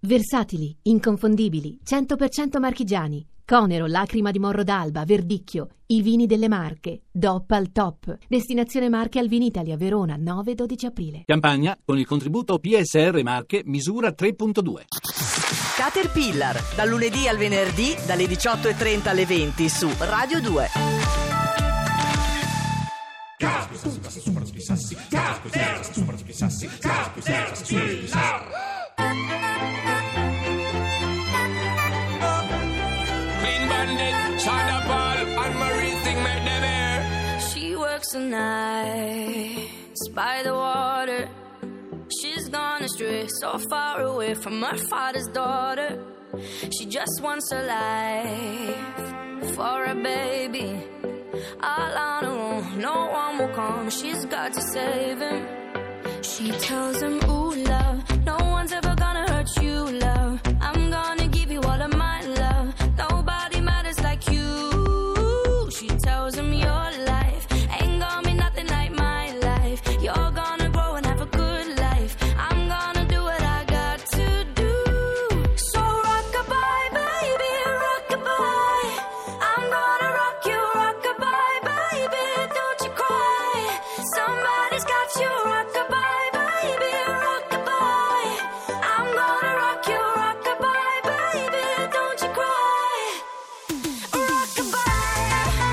Versatili, inconfondibili, 100% marchigiani. Conero, Lacrima di Morro d'Alba, Verdicchio, i vini delle Marche, DOP al top. Destinazione Marche al Vinitalia, Verona, 9-12 aprile. Campagna con il contributo PSR Marche misura 3.2. Caterpillar, dal lunedì al venerdì, dalle 18:30 alle 20 su Radio 2. She works the nights by the water. She's gone astray, so far away from her father's daughter. She just wants her life for a baby. All on her own, no one will come. She's got to save him. She tells him, ooh, love, no one's ever gonna hurt you, love. I'm gonna give you all of my love. Nobody matters like you. She tells him, your life ain't gonna be nothing like my life. You're gonna grow and have a good life. I'm gonna do what I got to do. So rock-a-bye, baby, rock-a-bye. I'm gonna rock you, rock-a-bye, baby. Don't you cry. Somebody's got you, rock-a-bye, baby, rock-a-bye. I'm gonna rock you, rock-a-bye, baby. Don't you cry. Rock-a-bye.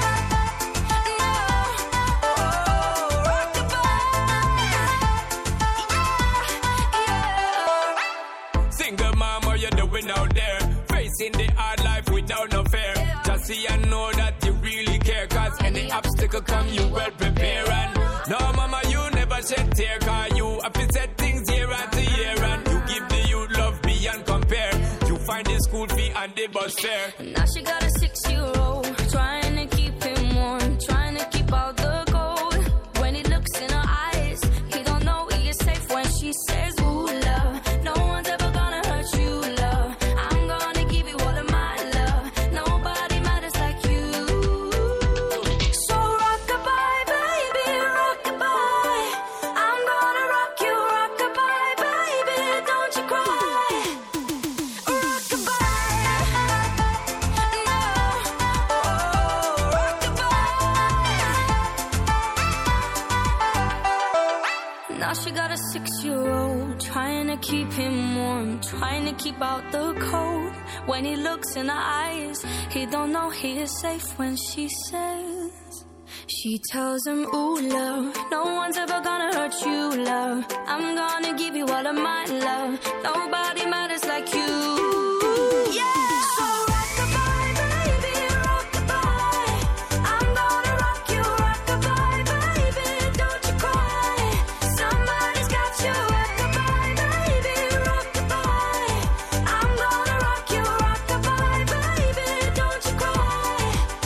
Single mom, what you doing out there? Facing the hard life without no fear. Just see and know that you really care. Cause any obstacle come, you well prepare. And no, mama, you never shed tear. Cause you have to set things year after year. And you give the youth love beyond compare. You find the school fee and the bus fare. Now she got a 6-year-old, trying to keep him warm, trying to keep out the cold. When he looks in her eyes, he don't know he is safe when she says, ooh, love, no one's ever gonna hurt you, love. I'm gonna give you all of my love. Nobody matters like you. So rock-a-bye, baby, rock-a-bye. I'm gonna rock you, rock-a-bye, baby. Don't you cry. Now she got a 6-year-old, trying to keep him warm, trying to keep out the cold. When he looks in her eyes, he don't know he is safe when she says. She tells him, ooh, love, no one's ever gonna hurt you, love. I'm gonna give you all of my love. Nobody matters like you. Yeah! So rock-a-bye, baby, rock-a-bye. I'm gonna rock you, rock-a-bye, baby. Don't you cry. Somebody's got you, rock-a-bye, baby, rock-a-bye. I'm gonna rock you, rock-a-bye, baby. Don't you cry.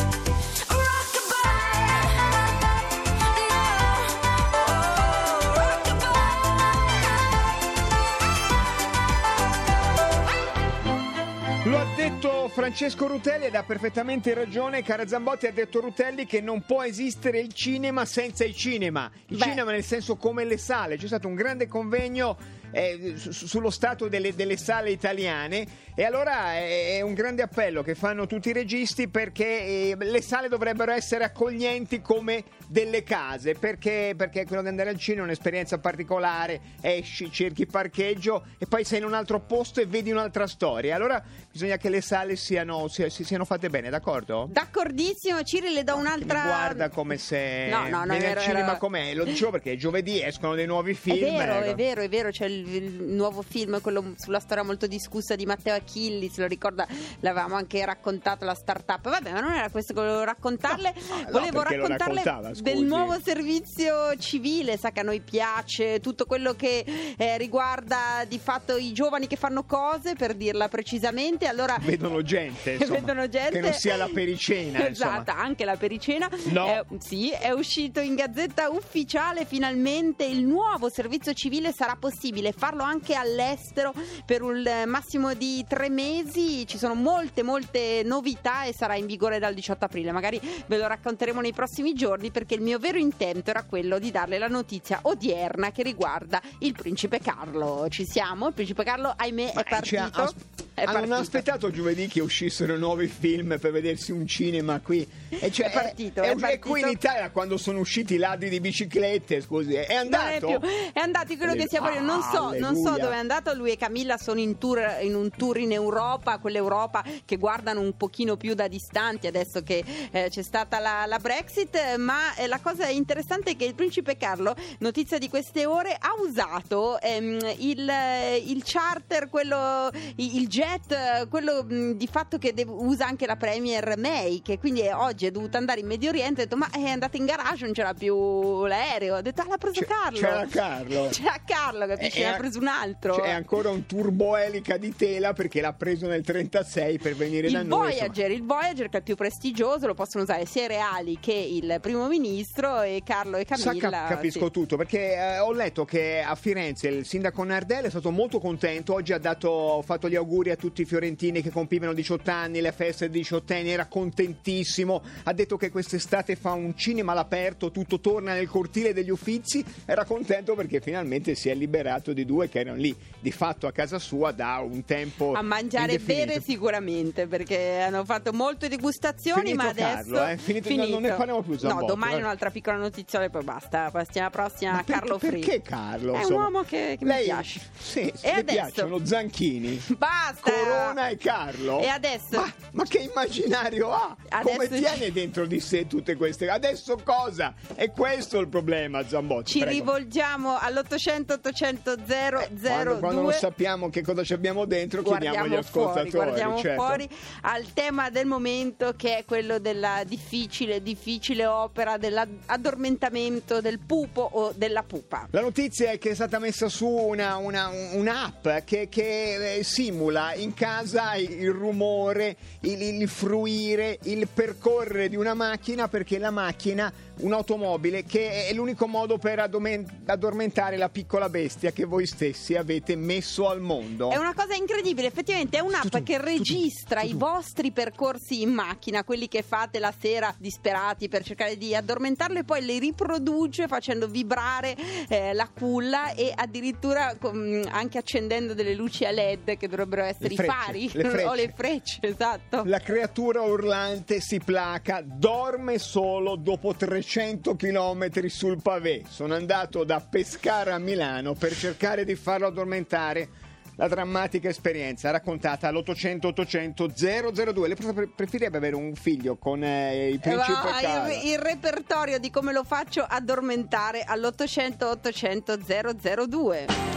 Lo ha detto Francesco Rutelli ed ha perfettamente ragione. Cara Zambotti, ha detto Rutelli che non può esistere il cinema senza il cinema. Il cinema nel senso come le sale. C'è stato un grande convegno sullo stato delle sale italiane e allora è un grande appello che fanno tutti i registi perché le sale dovrebbero essere accoglienti come delle case, perché quello di andare al cinema è un'esperienza particolare, esci, cerchi parcheggio e poi sei in un altro posto e vedi un'altra storia. Allora bisogna che le sale siano fatte bene, d'accordo? D'accordissimo. Ciri, le do un'altra. Mi guarda come se no, viene al cinema era... com'è. Lo dicevo perché giovedì escono dei nuovi film. È vero, c'è il nuovo film, quello sulla storia molto discussa di Matteo Achilli, se lo ricorda, l'avevamo anche raccontato, la startup. Vabbè, ma non era questo che volevo raccontarle. Volevo raccontarle del nuovo servizio civile. Sa che a noi piace tutto quello che riguarda di fatto i giovani che fanno cose, per dirla precisamente. Allora vedono gente, insomma, che non sia la pericena. Esatto, anche la pericena. No. Sì, è uscito in Gazzetta Ufficiale finalmente il nuovo servizio civile. Sarà possibile possibile farlo anche all'estero per un massimo di 3 mesi. Ci sono molte novità e sarà in vigore dal 18 aprile. Magari ve lo racconteremo nei prossimi giorni, perché il mio vero intento era quello di darle la notizia odierna che riguarda il principe Carlo. Ci siamo? Il principe Carlo, ahimè, è partito. Non ha aspettato giovedì che uscissero nuovi film per vedersi un cinema qui. È partito. E qui in Italia, quando sono usciti i ladri di biciclette, scusi, è andato? Non è più. È andato, credo che sia proprio. Non so dove è andato. Lui e Camilla sono in un tour in Europa, quell'Europa che guardano un pochino più da distanti adesso che c'è stata la Brexit. Ma la cosa interessante è che il principe Carlo, notizia di queste ore, ha usato il charter, quello, il jet, quello di fatto che usa anche la premier May, che quindi oggi è dovuta andare in Medio Oriente. Ha detto: ma è andata in garage, non c'era più l'aereo. Ha detto: l'ha preso Carlo. C'era Carlo, capisci? Ne ha preso un altro. C'è ancora un turboelica di tela, perché l'ha preso nel 36 per venire da noi. Il Voyager, che è il più prestigioso, lo possono usare sia i reali che il primo ministro, e Carlo e Camilla. Capisco tutto, perché ho letto che a Firenze il sindaco Nardella è stato molto contento. Oggi ha fatto gli auguri a tutti i fiorentini che compivano 18 anni, le feste di 18 anni, era contentissimo. Ha detto che quest'estate fa un cinema all'aperto, tutto torna nel cortile degli Uffizi. Era contento perché finalmente si è liberato di due che erano lì di fatto a casa sua da un tempo a mangiare indefinito. Bene sicuramente, perché hanno fatto molte degustazioni. Finito, ma adesso Carlo, finito. Non ne parliamo più, Zambotto. No, domani un'altra piccola notizia e poi basta. Passiamo alla prossima. Carlo Free. Perché Carlo? È un uomo che mi piace. Sì, e mi piacciono Zanchini, basta, Corona e Carlo. E adesso ma che immaginario ha? Come tiene dentro di sé tutte queste? Adesso cosa? È questo il problema, Zambotti. Ci rivolgiamo all'800 800 002. Quando non sappiamo che cosa ci abbiamo dentro, chiediamo agli ascoltatori. Guardiamo certo. fuori al tema del momento, che è quello della difficile opera dell'addormentamento del pupo o della pupa. La notizia è che è stata messa su un'app che simula in casa il rumore, il fruire, il percorrere di una macchina, perché la macchina, un'automobile, che è l'unico modo per addormentare la piccola bestia che voi stessi avete messo al mondo. È una cosa incredibile, effettivamente è un'app che registra i vostri percorsi in macchina, quelli che fate la sera disperati per cercare di addormentarlo, e poi li riproduce facendo vibrare la culla, e addirittura anche accendendo delle luci a LED che dovrebbero essere i fari o le frecce, esatto. La creatura urlante si placa, dorme solo dopo 300 km sul pavé. Sono andato da Pescara a Milano per cercare di farlo addormentare. La drammatica esperienza raccontata all'800 800 002. Lei preferirebbe avere un figlio con il principe Carlo? Il repertorio di come lo faccio addormentare all'800 800 002.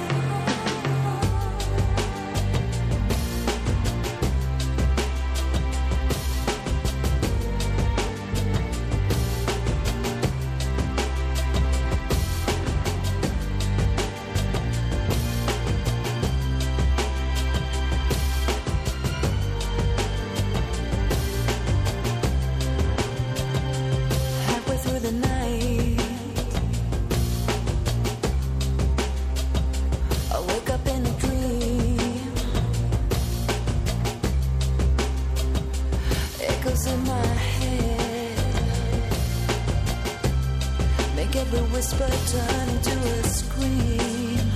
Every whisper turn into a scream.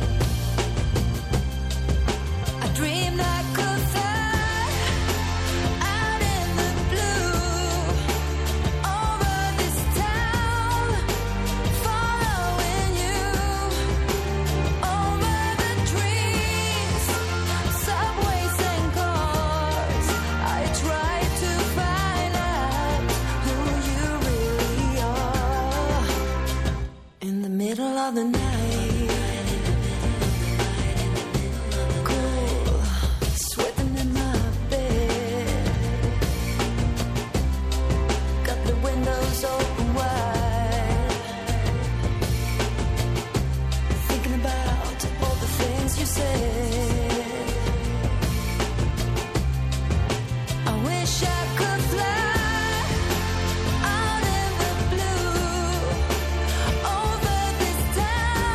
I dreamed I could fly out in the blue over this town, following you over the trees, subways and cars. I tried to find out who you really are. In the middle of the night, cool, sweating in my bed, got the windows open wide, thinking about all the things you said. I wish I could fly out in the blue over this town.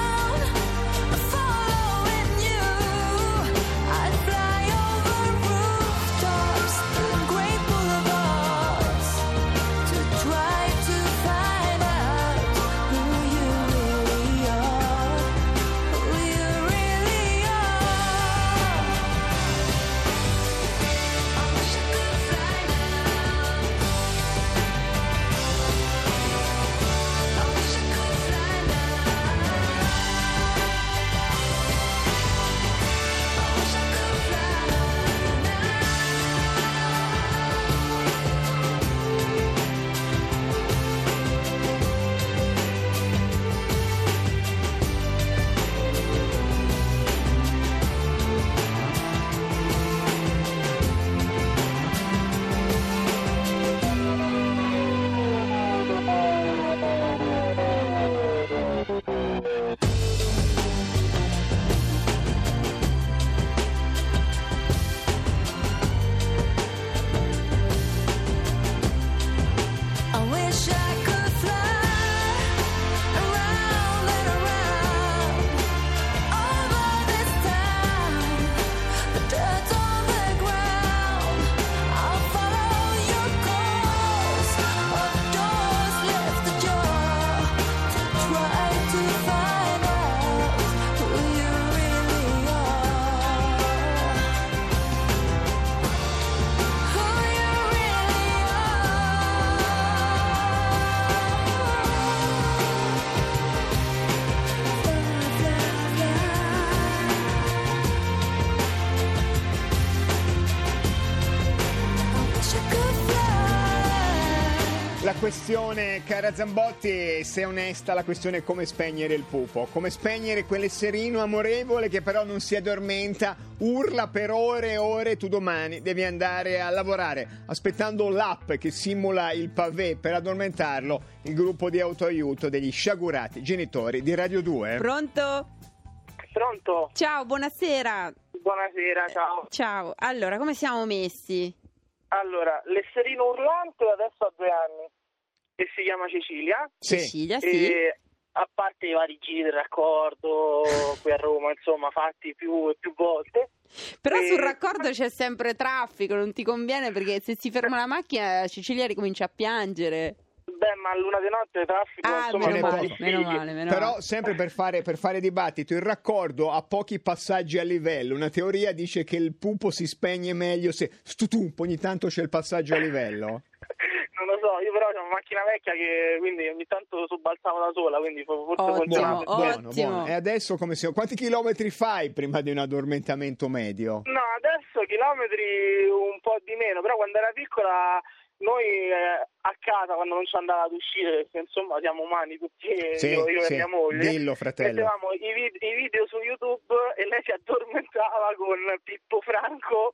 questione, cara Zambotti, se è onesta, la questione è come spegnere il pupo, come spegnere quell'esserino amorevole che però non si addormenta, urla per ore e ore. Tu domani devi andare a lavorare aspettando l'app che simula il pavé per addormentarlo, il gruppo di autoaiuto degli sciagurati genitori di Radio 2. Pronto? Pronto? Ciao, buonasera. Buonasera, ciao. Ciao, allora, come siamo messi? Allora, l'esserino urlante adesso ha 2 anni e si chiama Cecilia. Cecilia, sì. E a parte i vari giri del raccordo qui a Roma, insomma, fatti più e più volte. Però sul raccordo c'è sempre traffico, non ti conviene perché se si ferma la macchina Cecilia ricomincia a piangere. Beh, ma a luna di notte traffico, insomma, meno male. Però sempre per fare dibattito, il raccordo ha pochi passaggi a livello. Una teoria dice che il pupo si spegne meglio se stutumpo ogni tanto c'è il passaggio a livello. Non lo so, io però ho una macchina vecchia che quindi ogni tanto sobbalzavo da sola, quindi forse funzionava. Buono. E adesso quanti chilometri fai prima di un addormentamento medio? No, adesso chilometri un po' di meno, però quando era piccola noi a casa, quando non ci andava ad uscire, perché insomma siamo umani tutti, io e mia moglie, dillo, fratello, mettevamo i video su YouTube e lei si addormentava con Pippo Franco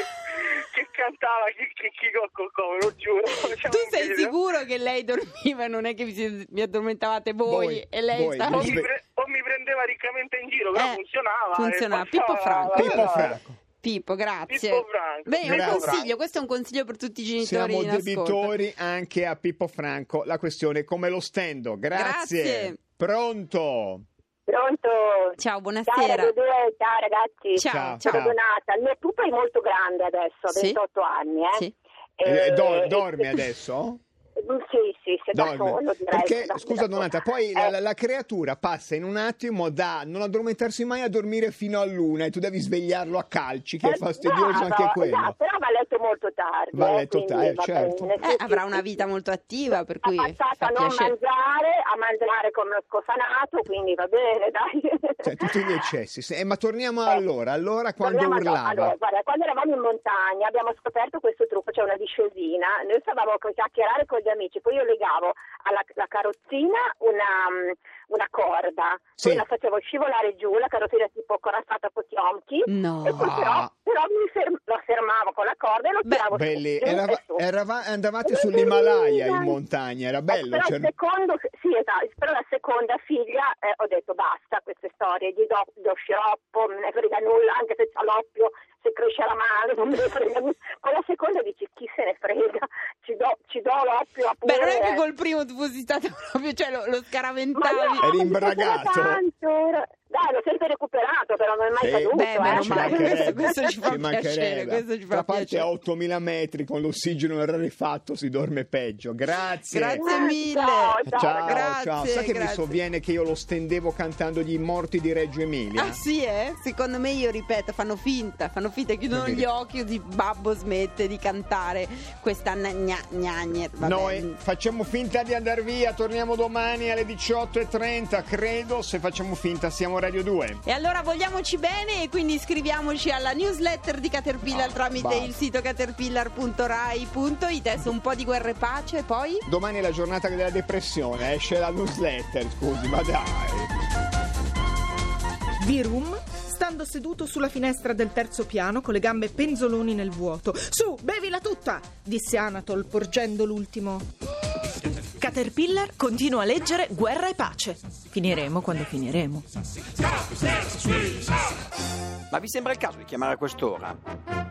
che cantava chi co, lo giuro. Tu sei sicuro che lei dormiva e non è che vi addormentavate voi e lei stava... o mi prendeva riccamente in giro, però funzionava. Pippo Franco. Pippo, grazie. Pippo Franco. Beh, un consiglio, questo è un consiglio per tutti i genitori. Siamo debitori anche a Pippo Franco. La questione è come lo stendo. Grazie. Pronto? Ciao, buonasera. Ciao ragazzi. Ciao. Sono Donata. Il mio pupo è molto grande adesso, ha 28 anni. Sì. Dorme adesso? Sì, da solo, direi. Perché, scusa Donata, poi la creatura passa in un attimo da non addormentarsi mai a dormire fino all'una e tu devi svegliarlo a calci, che è fastidioso anche quello. No, però va a letto molto tardi. Certo. Avrà una vita molto attiva, per cui ha passato a non mangiare come uno scofanato, quindi va bene, dai. Cioè, tutti gli eccessi. Ma torniamo allora quando urlava. Allora, guarda, quando eravamo in montagna abbiamo scoperto questo trucco, c'è una discesina, noi stavamo a chiacchierare con gli amici, poi io legavo alla carrozzina una corda, poi la facevo scivolare giù, la carrozzina tipo corazzata Potiomkin, e poi però lo fermavo con la corda e lo tiravo belli. su. Andavate sull'Himalaya in montagna, era bello. Però la seconda figlia ho detto basta queste storie, gli do sciroppo, non ne frega nulla, anche se c'ha l'oppio, se cresce la mano, non me ne frega nulla. Con la seconda dici chi se ne frega, ci do l'oppio a pure. Beh, non è che col primo tu fossi stata proprio, cioè lo scaraventavi. Eri imbragato. Dai, l'ho sempre recuperato, però non è mai caduto. Beh, meno male, questo ci fa piacere. Tra parte a 8.000 metri con l'ossigeno rarefatto si dorme peggio. Grazie mille. Ciao. Grazie, Sai che mi sovviene che io lo stendevo cantando Gli morti di Reggio Emilia? Ah sì, secondo me, io ripeto, fanno finta, chiudono gli occhi, così babbo smette di cantare questa gnagne. Noi facciamo finta di andare via, torniamo domani alle 18:30, credo. Se facciamo finta siamo Radio 2. E allora vogliamoci bene e quindi iscriviamoci alla newsletter di Caterpillar tramite il sito caterpillar.rai.it. Adesso un po' di guerra e pace e poi? Domani è la giornata della depressione, esce la newsletter, scusi, ma dai. Virum, stando seduto sulla finestra del terzo piano con le gambe penzoloni nel vuoto. Su, bevila tutta, disse Anatol porgendo l'ultimo. Caterpillar continua a leggere Guerra e pace. Finiremo quando finiremo. Ma vi sembra il caso di chiamare a quest'ora?